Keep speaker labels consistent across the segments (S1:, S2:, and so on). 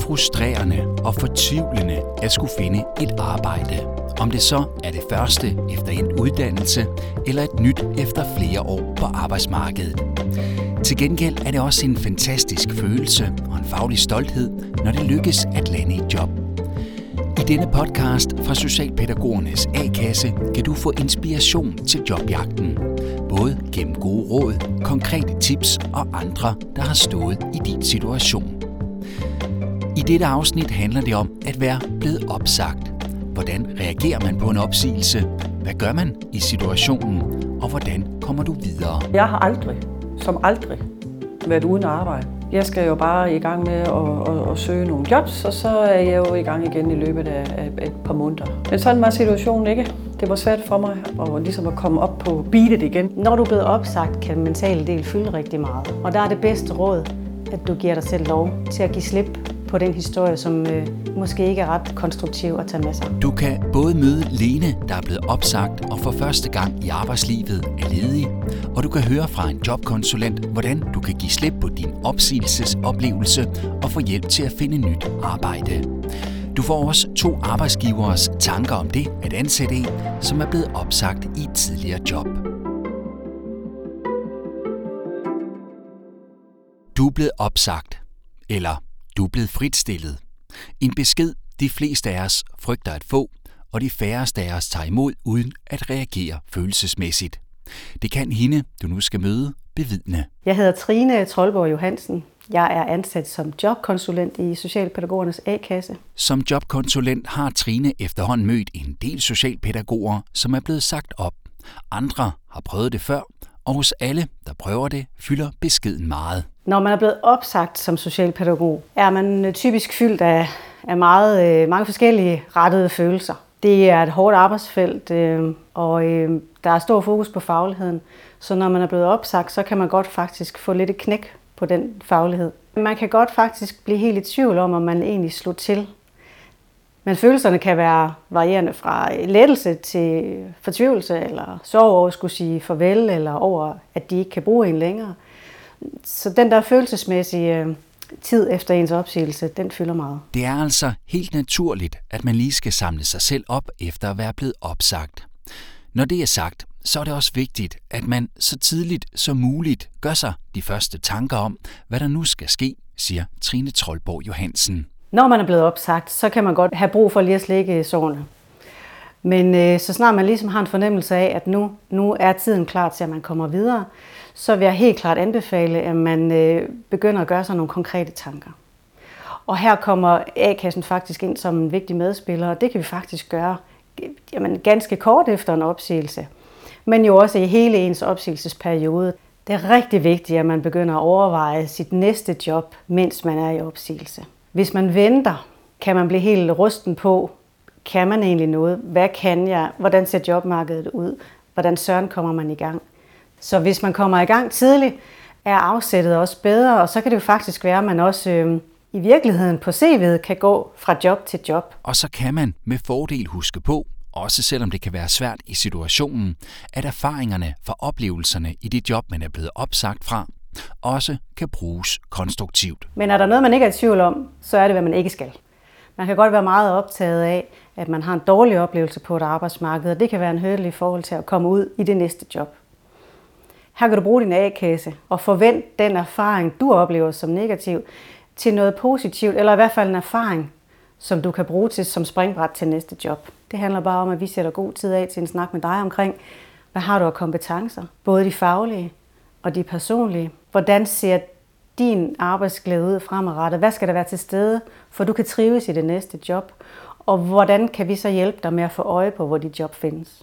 S1: frustrerende og fortvivlende at skulle finde et arbejde. Om det så er det første efter en uddannelse eller et nyt efter flere år på arbejdsmarkedet. Til gengæld er det også en fantastisk følelse og en faglig stolthed, når det lykkes at lande et job. I denne podcast fra Socialpædagogernes A-kasse kan du få inspiration til jobjagten. Både gennem gode råd, konkrete tips og andre, der har stået i din situation. I dette afsnit handler det om at være blevet opsagt. Hvordan reagerer man på en opsigelse? Hvad gør man i situationen? Og hvordan kommer du videre?
S2: Jeg har aldrig været uden arbejde. Jeg skal jo bare i gang med at søge nogle jobs, og så er jeg jo i gang igen i løbet af et par måneder. Men sådan var situationen ikke. Det var svært for mig ligesom at komme op på beatet igen.
S3: Når du er blevet opsagt, kan den mentale del fylde rigtig meget. Og der er det bedste råd, at du giver dig selv lov til at give slip på den historie, som måske ikke er ret konstruktiv at tage med sig.
S1: Du kan både møde Lene, der er blevet opsagt og for første gang i arbejdslivet er ledig, og du kan høre fra en jobkonsulent, hvordan du kan give slip på din opsigelsesoplevelse og få hjælp til at finde nyt arbejde. Du får også 2 arbejdsgiveres tanker om det at ansætte en, som er blevet opsagt i et tidligere job. Du er blevet opsagt, eller du er blevet fritstillet. En besked, de fleste af os frygter at få, og de færreste af os tager imod uden at reagere følelsesmæssigt. Det kan hende, du nu skal møde, bevidne.
S3: Jeg hedder Trine Troldborg Johansen. Jeg er ansat som jobkonsulent i Socialpædagogernes A-kasse.
S1: Som jobkonsulent har Trine efterhånden mødt en del socialpædagoger, som er blevet sagt op. Andre har prøvet det før, og hos alle, der prøver det, fylder beskeden meget.
S3: Når man er blevet opsagt som socialpædagog, er man typisk fyldt af mange forskellige rettede følelser. Det er et hårdt arbejdsfelt, og der er stor fokus på fagligheden. Så når man er blevet opsagt, så kan man godt faktisk få lidt et knæk på den faglighed. Man kan godt faktisk blive helt i tvivl om man egentlig slog til. Men følelserne kan være varierende fra lettelse til fortvivlelse, eller sorg over at skulle sige farvel, eller over at de ikke kan bruge en længere. Så den der følelsesmæssige tid efter ens opsigelse, den fylder meget.
S1: Det er altså helt naturligt, at man lige skal samle sig selv op efter at være blevet opsagt. Når det er sagt, så er det også vigtigt, at man så tidligt som muligt gør sig de første tanker om, hvad der nu skal ske, siger Trine Troldborg Johansen.
S3: Når man er blevet opsagt, så kan man godt have brug for lige at slikke sårene. Men så snart man ligesom har en fornemmelse af, at nu er tiden klar til, at man kommer videre, så vil jeg helt klart anbefale, at man begynder at gøre sig nogle konkrete tanker. Og her kommer A-kassen faktisk ind som en vigtig medspiller, og det kan vi faktisk gøre ganske kort efter en opsigelse, men jo også i hele ens opsigelsesperiode. Det er rigtig vigtigt, at man begynder at overveje sit næste job, mens man er i opsigelse. Hvis man venter, kan man blive helt rusten på, kan man egentlig noget? Hvad kan jeg? Hvordan ser jobmarkedet ud? Hvordan søren kommer man i gang? Så hvis man kommer i gang tidligt, er afsættet også bedre, og så kan det jo faktisk være, at man også i virkeligheden på CV'et kan gå fra job til job.
S1: Og så kan man med fordel huske på, også selvom det kan være svært i situationen, at erfaringerne fra oplevelserne i det job, man er blevet opsagt fra, også kan bruges konstruktivt.
S3: Men er der noget, man ikke er i tvivl om, så er det, hvad man ikke skal. Man kan godt være meget optaget af, at man har en dårlig oplevelse på et arbejdsmarked, og det kan være en hurdle i forhold til at komme ud i det næste job. Her kan du bruge din A-kasse og forvente den erfaring, du oplever som negativ, til noget positivt, eller i hvert fald en erfaring, som du kan bruge til som springbræt til næste job. Det handler bare om, at vi sætter god tid af til en snak med dig omkring, hvad har du af kompetencer, både de faglige og de personlige. Hvordan ser din arbejdsglæde ud fremadrettet? Hvad skal der være til stede, for du kan trives i det næste job? Og hvordan kan vi så hjælpe dig med at få øje på, hvor dit job findes?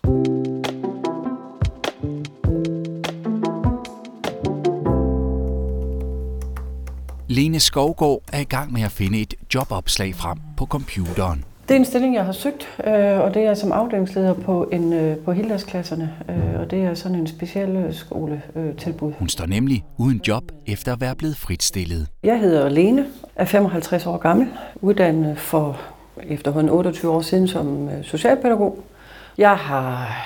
S1: Lene Skovgaard er i gang med at finde et jobopslag frem på computeren.
S2: Det er en stilling, jeg har søgt, og det er som afdelingsleder på heldagsklasserne, og det er sådan en speciel skoletilbud.
S1: Hun står nemlig uden job efter at være blevet fritstillet.
S2: Jeg hedder Lene, er 55 år gammel, uddannet for efterhånden 28 år siden som socialpædagog. Jeg har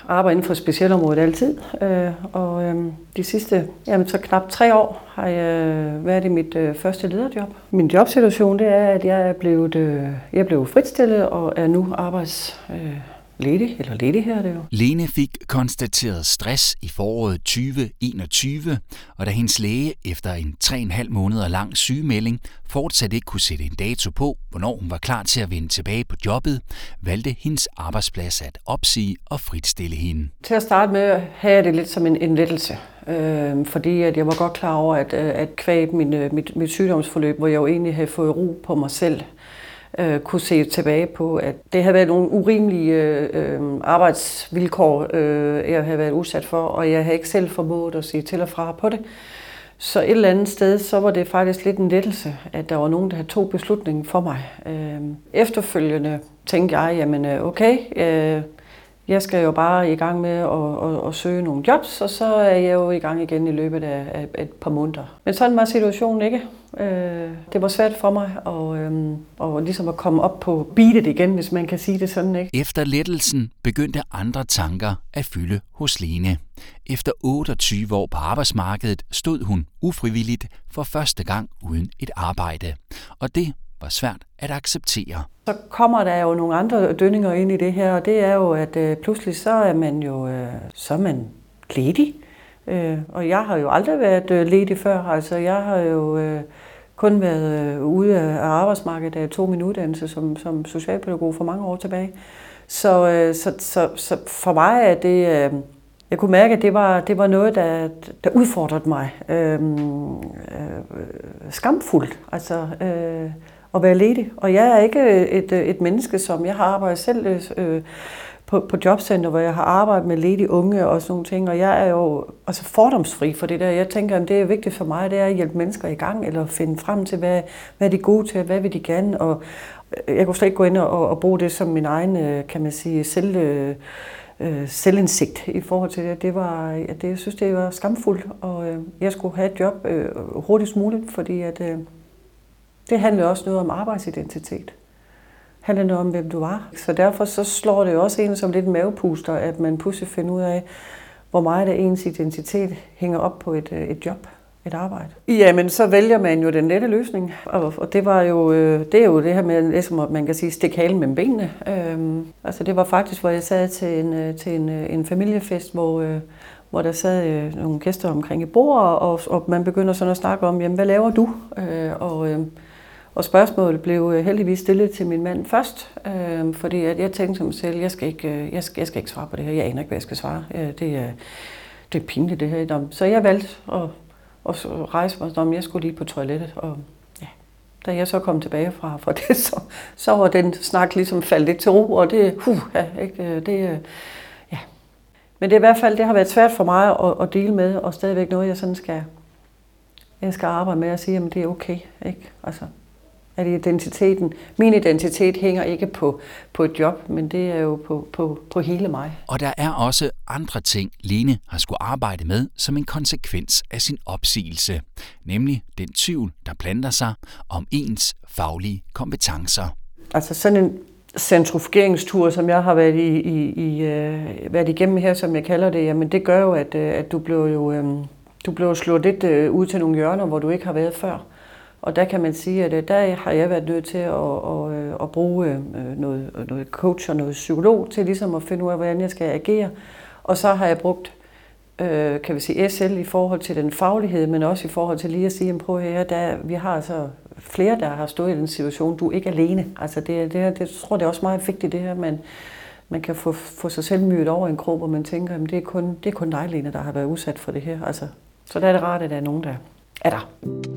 S2: arbejdet inden for specialområdet altid, og de sidste så knap 3 år har jeg været i mit første lederjob. Min jobsituation det er, at jeg blev fritstillet og er nu ledig her det jo.
S1: Lene fik konstateret stress i foråret 2021, og da hendes læge efter en 3,5 måneder lang sygemelding fortsat ikke kunne sætte en dato på, hvornår hun var klar til at vende tilbage på jobbet, valgte hendes arbejdsplads at opsige og fritstille hende.
S2: Til at starte med havde jeg det lidt som en lettelse, fordi at jeg var godt klar over, at kvæg mit sygdomsforløb, hvor jeg jo egentlig havde fået ro på mig selv, kunne se tilbage på, at det havde været nogle urimelige arbejdsvilkår, jeg havde været udsat for, og jeg havde ikke selv formået at sige til og fra på det. Så et eller andet sted, så var det faktisk lidt en lettelse, at der var nogen, der havde tog beslutningen for mig. Efterfølgende tænkte jeg, jamen okay, jeg skal jo bare i gang med at søge nogle jobs, og så er jeg jo i gang igen i løbet af et par måneder. Men sådan var situationen ikke. Det var svært for mig og ligesom at komme op på beatet igen, hvis man kan sige det sådan, ikke?
S1: Efter lettelsen begyndte andre tanker at fylde hos Lene. Efter 28 år på arbejdsmarkedet stod hun ufrivilligt for første gang uden et arbejde. Og det var svært at acceptere.
S2: Så kommer der jo nogle andre dønninger ind i det her, og det er jo, at pludselig så er man ledig. Og jeg har jo aldrig været ledig før. Altså, jeg har jo kun været ude af arbejdsmarkedet, da jeg tog min uddannelse som socialpædagog for mange år tilbage. Så for mig er det... Jeg kunne mærke, at det var noget, der udfordrede mig. Skamfuldt, altså at være ledig. Og jeg er ikke et menneske, som jeg har arbejdet selv på jobcenter, hvor jeg har arbejdet med ledige unge og sådan nogle ting. Og jeg er jo altså fordomsfri for det der. Jeg tænker, at det er vigtigt for mig, det er at hjælpe mennesker i gang, eller finde frem til, hvad er de gode til, hvad vil de gerne. Og jeg kunne slet ikke gå ind og bruge det som min egen, kan man sige, selvindsigt i forhold til det. Jeg synes, det var skamfuldt, og jeg skulle have et job hurtigst muligt, fordi at, det handler også noget om arbejdsidentitet. Det handler noget om, hvem du var. Så derfor så slår det jo også en som lidt mavepuster, at man pludselig finder ud af, hvor meget af ens identitet hænger op på et job, et arbejde. Jamen, så vælger man jo den lette løsning, og det er jo det her med, ligesom man kan sige, stikke halen mellem benene. Altså det var faktisk, hvor jeg sad til en familiefest, hvor der sad nogle gæster omkring et bord, og man begynder sådan at snakke om, jamen, hvad laver du? Og spørgsmålet blev heldigvis stillet til min mand først, fordi at jeg tænkte til mig selv, jeg skal ikke svare på det her, jeg aner ikke, hvad jeg skal svare. Det er pinligt det her. Så jeg valgte at rejse mig, om jeg skulle lige på toilettet, og ja, da jeg så kom tilbage fra det, så var den snak ligesom faldet lidt til ro, og det, ja. Men det er i hvert fald, det har været svært for mig at dele med, og stadigvæk noget, jeg sådan skal arbejde med at sige, at det er okay, ikke? Altså, at min identitet hænger ikke på et job, men det er jo på hele mig.
S1: Og der er også andre ting, Lene har skulle arbejde med som en konsekvens af sin opsigelse, nemlig den tvivl, der planter sig om ens faglige kompetencer.
S2: Altså sådan en centrifugeringstur, som jeg har været igennem her, som jeg kalder det, jamen det gør jo, at du blev slået lidt ud til nogle hjørner, hvor du ikke har været før. Og der kan man sige, at der har jeg været nødt til at bruge noget coach og noget psykolog til ligesom at finde ud af, hvordan jeg skal agere. Og så har jeg brugt, kan vi sige, SL i forhold til den faglighed, men også i forhold til lige at sige, prøv her, vi har altså flere, der har stået i den situation, du er ikke alene. Altså det tror jeg er også meget vigtigt det her, man kan få sig selv mødt over en krog, hvor man tænker, at det er kun dig, Lene, der har været udsat for det her. Altså, så der er det rart, at der er nogen, der er der.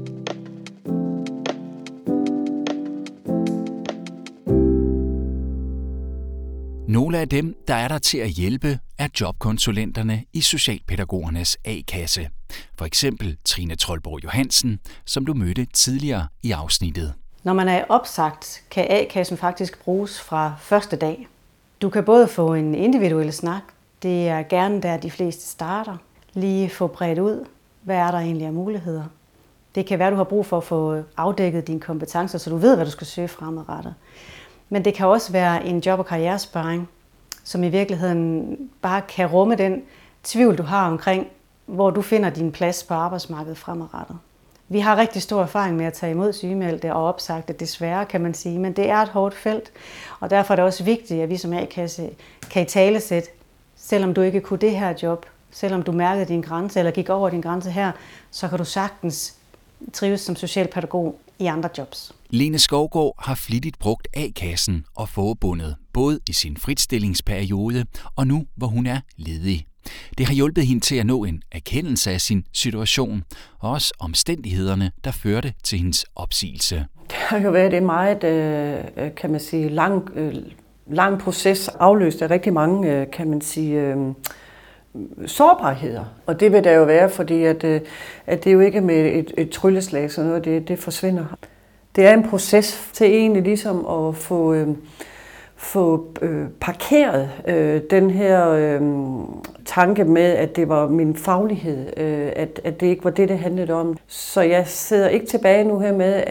S1: Nogle af dem, der er der til at hjælpe, er jobkonsulenterne i Socialpædagogernes A-kasse. For eksempel Trine Troldborg Johansen, som du mødte tidligere i afsnittet.
S3: Når man er opsagt, kan A-kassen faktisk bruges fra første dag. Du kan både få en individuel snak, det er gerne der de fleste starter, lige få bredt ud, hvad er der egentlig af muligheder. Det kan være, du har brug for at få afdækket dine kompetencer, så du ved, hvad du skal søge fremadrettet. Men det kan også være en job- og karrieresparring, som i virkeligheden bare kan rumme den tvivl, du har omkring, hvor du finder din plads på arbejdsmarkedet fremadrettet. Vi har rigtig stor erfaring med at tage imod sygemeldte og opsagte, desværre kan man sige, men det er et hårdt felt, og derfor er det også vigtigt, at vi som A-kasse kan italesætte, selvom du ikke kunne det her job, selvom du mærkede din grænse eller gik over din grænse her, så kan du sagtens trives som socialpædagog i andre jobs.
S1: Lene Skovgaard har flittigt brugt A-kassen og forbundet, både i sin fritstillingsperiode og nu, hvor hun er ledig. Det har hjulpet hende til at nå en erkendelse af sin situation, og også omstændighederne, der førte til hendes opsigelse.
S2: Det har jo været en meget, kan man sige, lang proces, afløst af rigtig mange, kan man sige, sårbarheder. Og det vil der jo være, fordi at det jo ikke med et trylleslag, så noget det forsvinder. Det er en proces til egentlig ligesom at få parkeret den her tanke med, at det var min faglighed, at det ikke var det handlede om. Så jeg sidder ikke tilbage nu her med,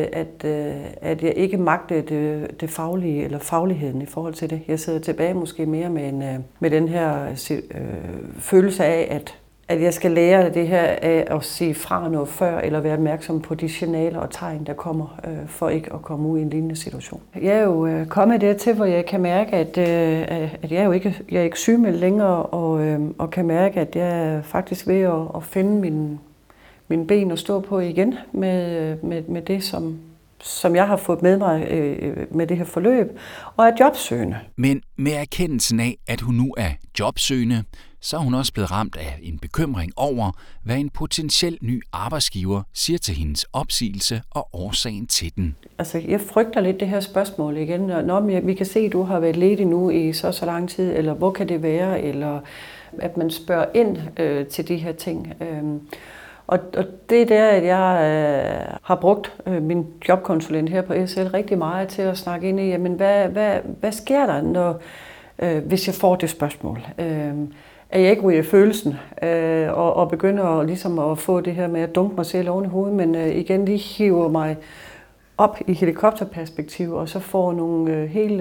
S2: at jeg ikke magtede det faglige eller fagligheden i forhold til det. Jeg sidder tilbage måske mere med den her følelse af, at jeg skal lære det her af at sige fra noget før, eller være opmærksom på de signaler og tegn, der kommer, for ikke at komme ud i en lignende situation. Jeg er jo kommet dertil, hvor jeg kan mærke, at jeg er ikke sygemeldt længere, og kan mærke, at jeg er faktisk ved at finde mine ben og stå på igen med det, som jeg har fået med mig med det her forløb, og er jobsøgende.
S1: Men med erkendelsen af, at hun nu er jobsøgende, så er hun også blevet ramt af en bekymring over, hvad en potentiel ny arbejdsgiver siger til hendes opsigelse og årsagen til den.
S2: Altså, jeg frygter lidt det her spørgsmål igen. Når vi kan se, at du har været ledig nu i så lang tid, eller hvor kan det være, eller at man spørger ind til de her ting. Og det er der, at jeg har brugt min jobkonsulent her på SL rigtig meget til at snakke ind i, jamen hvad sker der, hvis jeg får det spørgsmål? At jeg ikke ryger følelsen og begynder ligesom at få det her med at dunke mig selv oven i hovedet, men igen lige hiver mig op i helikopterperspektiv, og så får nogle helt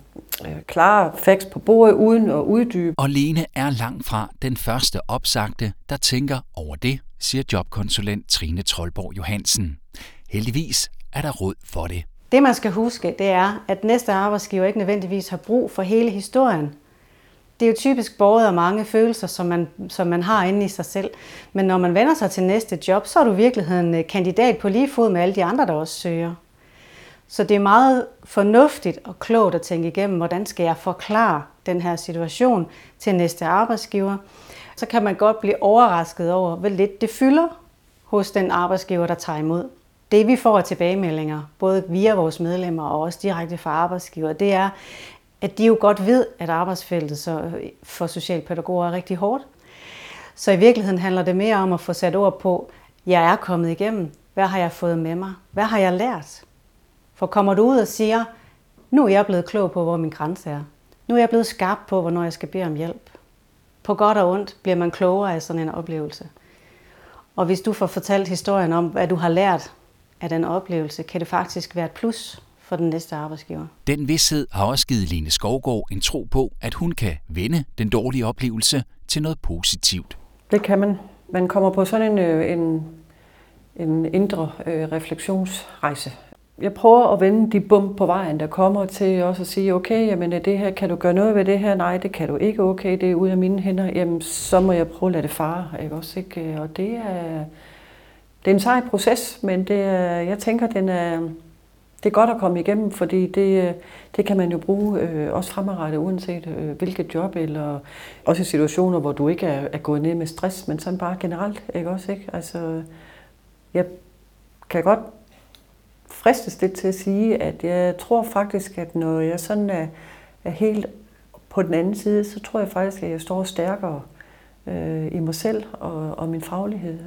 S2: klare facts på bordet uden at uddybe.
S1: Og Lene er langt fra den første opsagte, der tænker over det, siger jobkonsulent Trine Troldborg Johansen. Heldigvis er der råd for det.
S3: Det man skal huske, det er, at næste arbejdsgiver ikke nødvendigvis har brug for hele historien. Det er jo typisk båret af mange følelser, som man har inde i sig selv. Men når man vender sig til næste job, så er du i virkeligheden kandidat på lige fod med alle de andre, der også søger. Så det er meget fornuftigt og klogt at tænke igennem, hvordan skal jeg forklare den her situation til næste arbejdsgiver. Så kan man godt blive overrasket over, hvor lidt det fylder hos den arbejdsgiver, der tager imod. Det vi får af tilbagemeldinger, både via vores medlemmer og også direkte fra arbejdsgiver, det er, at de jo godt ved, at arbejdsfeltet for socialpædagoger er rigtig hårdt. Så i virkeligheden handler det mere om at få sat ord på, jeg er kommet igennem, hvad har jeg fået med mig, hvad har jeg lært? For kommer du ud og siger, nu er jeg blevet klog på, hvor min grænse er. Nu er jeg blevet skarp på, hvornår jeg skal bede om hjælp. På godt og ondt bliver man klogere af sådan en oplevelse. Og hvis du får fortalt historien om, hvad du har lært af den oplevelse, kan det faktisk være et plus for den næste arbejdsgiver. Den
S1: vished har også givet Lene Skovgaard en tro på, at hun kan vende den dårlige oplevelse til noget positivt.
S2: Det kan man. Man kommer på sådan en indre refleksionsrejse. Jeg prøver at vende de bump på vejen, der kommer til også at sige, okay, jamen det her, kan du gøre noget ved det her? Nej, det kan du ikke. Okay, det er ude af mine hænder. Jamen, så må jeg prøve at lade det fare. Ikke også, ikke? Og det er en sej proces, men jeg tænker, det er godt at komme igennem, fordi det kan man jo bruge også fremadrettet, uanset hvilket job, eller også i situationer, hvor du ikke er gået ned med stress, men sådan bare generelt, ikke også, ikke? Altså, jeg kan godt fristes lidt til at sige, at jeg tror faktisk, at når jeg sådan er helt på den anden side, så tror jeg faktisk, at jeg står stærkere i mig selv og min faglighed.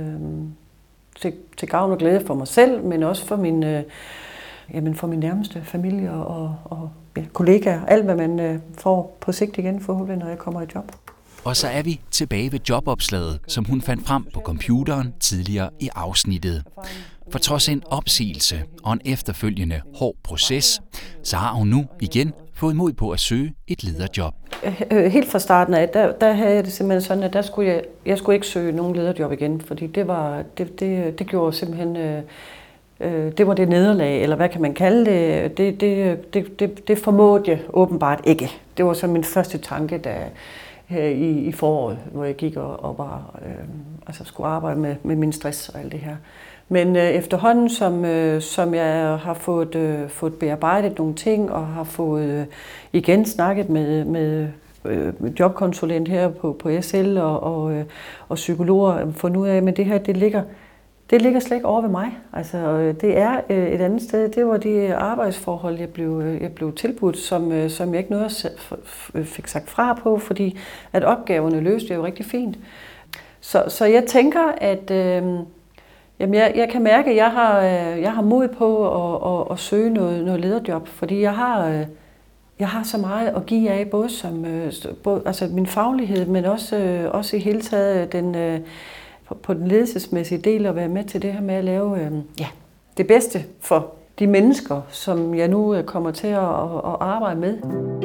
S2: Til gavn og glæde for mig selv, men også for for min nærmeste familie og kollegaer. Alt, hvad man får på sigt igen, forhåbentlig, når jeg kommer i job.
S1: Og så er vi tilbage ved jobopslaget, som hun fandt frem på computeren tidligere i afsnittet. For trods en opsigelse og en efterfølgende hård proces, så har hun nu igen fået mod på at søge et lederjob.
S2: Helt fra starten af, der havde jeg det simpelthen sådan, at jeg skulle ikke søge nogen lederjob igen, fordi det gjorde simpelthen, det var det nederlag, eller hvad kan man kalde det, det formåede jeg åbenbart ikke. Det var så min første tanke, i foråret, hvor jeg gik og var, skulle arbejde med min stress og alt det her. Men efterhånden, som jeg har fået bearbejdet nogle ting, og har fået igen snakket med jobkonsulent her på SL og psykologer, fundet ud af, men det her, det ligger slet ikke over ved mig. Altså, det er et andet sted. Det var de arbejdsforhold, jeg blev tilbudt, som jeg ikke nåede fik sagt fra på, fordi at opgaverne løste jeg jo rigtig fint. Så jeg tænker, at jeg kan mærke, at jeg har mod på at søge noget lederjob, fordi jeg har så meget at give af, både min faglighed, men også i hele taget på den ledelsesmæssige del, at være med til det her med at lave det bedste for de mennesker, som jeg nu kommer til at arbejde med.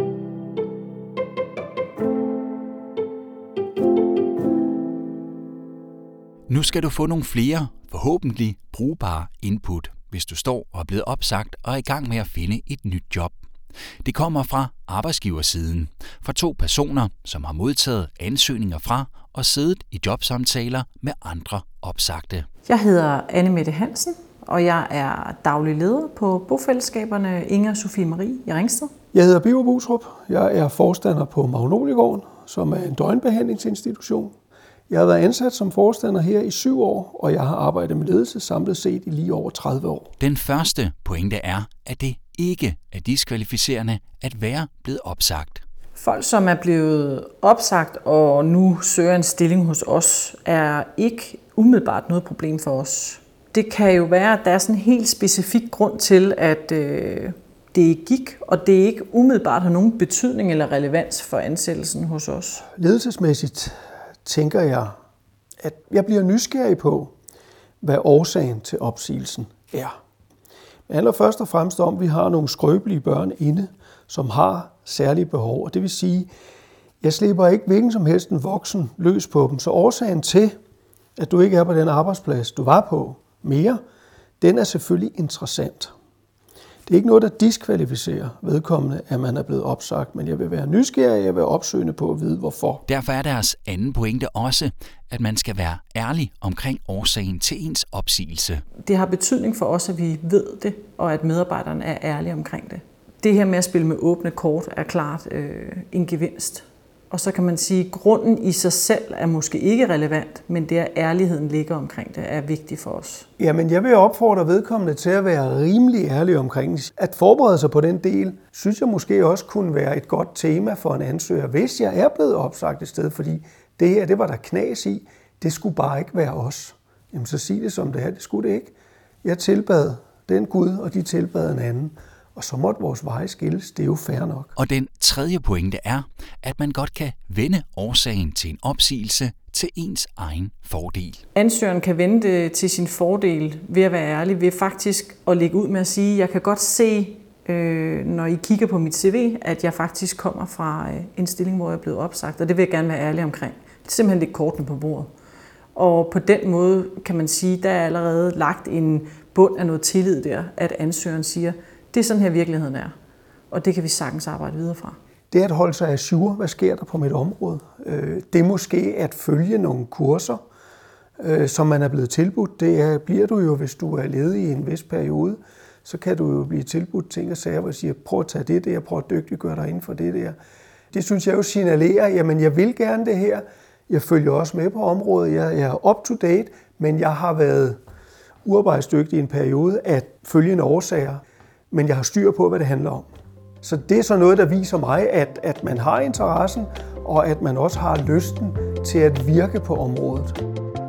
S1: Nu skal du få nogle flere, forhåbentlig brugbare input, hvis du står og er blevet opsagt og er i gang med at finde et nyt job. Det kommer fra arbejdsgiversiden, fra 2 personer, som har modtaget ansøgninger fra og siddet i jobsamtaler med andre opsagte.
S4: Jeg hedder Anne-Mette Hansen, og jeg er daglig leder på bofællesskaberne Inger Sofie Marie i Ringsted.
S5: Jeg hedder Biver Busrup. Jeg er forstander på Magnoliegården, som er en døgnbehandlingsinstitution. Jeg har været ansat som forstander her i 7 år, og jeg har arbejdet med ledelse samlet set i lige over 30 år.
S1: Den første pointe er, at det ikke er diskvalificerende at være blevet opsagt.
S4: Folk, som er blevet opsagt og nu søger en stilling hos os, er ikke umiddelbart noget problem for os. Det kan jo være, at der er sådan en helt specifik grund til, at det ikke gik, og det ikke umiddelbart har nogen betydning eller relevans for ansættelsen hos os.
S5: Ledelsesmæssigt tænker jeg, at jeg bliver nysgerrig på, hvad årsagen til opsigelsen er. Det handler først og fremmest om, at vi har nogle skrøbelige børn inde, som har særlige behov. Og det vil sige, at jeg slipper ikke hvilken som helst en voksen løs på dem. Så årsagen til, at du ikke er på den arbejdsplads, du var på mere, den er selvfølgelig interessant. Det er ikke noget, der diskvalificerer vedkommende, at man er blevet opsagt, men jeg vil være nysgerrig, jeg vil være opsøgende på at vide, hvorfor.
S1: Derfor er deres anden pointe også, at man skal være ærlig omkring årsagen til ens opsigelse.
S4: Det har betydning for os, at vi ved det, og at medarbejderne er ærlige omkring det. Det her med at spille med åbne kort er klart en gevinst. Og så kan man sige, at grunden i sig selv er måske ikke relevant, men det at ærligheden ligger omkring det er vigtigt for os.
S5: Jamen, jeg vil opfordre vedkommende til at være rimelig ærlig omkring det. At forberede sig på den del, synes jeg måske også kunne være et godt tema for en ansøger, hvis jeg er blevet opsagt et sted, fordi det her, det var der knas i, det skulle bare ikke være os. Jamen, så sig det som det er, det skulle det ikke. Jeg tilbad den Gud, og de tilbad en anden. Og så måtte vores veje skilles. Det er jo fair nok.
S1: Og den tredje pointe er, at man godt kan vende årsagen til en opsigelse til ens egen fordel.
S4: Ansøgeren kan vende det til sin fordel ved at være ærlig, ved faktisk at lægge ud med at sige, jeg kan godt se, når I kigger på mit CV, at jeg faktisk kommer fra en stilling, hvor jeg er blevet opsagt, og det vil jeg gerne være ærlig omkring. Det er simpelthen lidt kortene på bordet. Og på den måde kan man sige, der er allerede lagt en bund af noget tillid der, at ansøgeren siger, det er sådan her virkeligheden er, og det kan vi sagtens arbejde videre fra.
S5: Det er at holde sig ajour. Hvad sker der på mit område? Det er måske at følge nogle kurser, som man er blevet tilbudt. Det bliver du jo, hvis du er ledig i en vis periode. Så kan du jo blive tilbudt ting og sager, hvor jeg siger, prøv at tage det der, prøv at dygtiggøre dig inden for det der. Det synes jeg jo signalerer, jamen jeg vil gerne det her. Jeg følger også med på området. Jeg er up to date, men jeg har været uarbejdsdygtig i en periode at følge en årsager. Men jeg har styr på, hvad det handler om. Så det er så noget, der viser mig, at man har interessen, og at man også har lysten til at virke på området.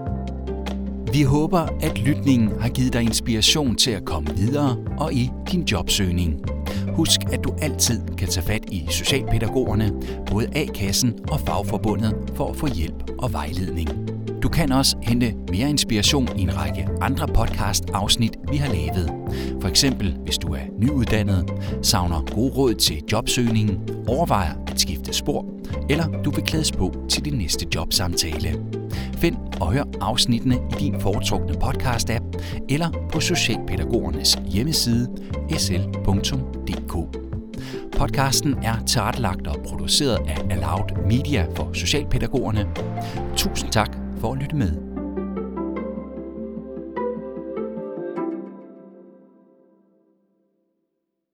S1: Vi håber, at lytningen har givet dig inspiration til at komme videre og i din jobsøgning. Husk, at du altid kan tage fat i socialpædagogerne, både A-kassen og fagforbundet, for at få hjælp og vejledning. Du kan også hente mere inspiration i en række andre podcast-afsnit, vi har lavet. For eksempel, hvis du er nyuddannet, savner gode råd til jobsøgningen, overvejer at skifte spor, eller du vil klædes på til din næste jobsamtale. Find og hør afsnittene i din foretrukne podcast-app eller på Socialpædagogernes hjemmeside sl.dk. Podcasten er tilrettelagt og produceret af Aloud Media for Socialpædagogerne. Tusind tak for at lytte med.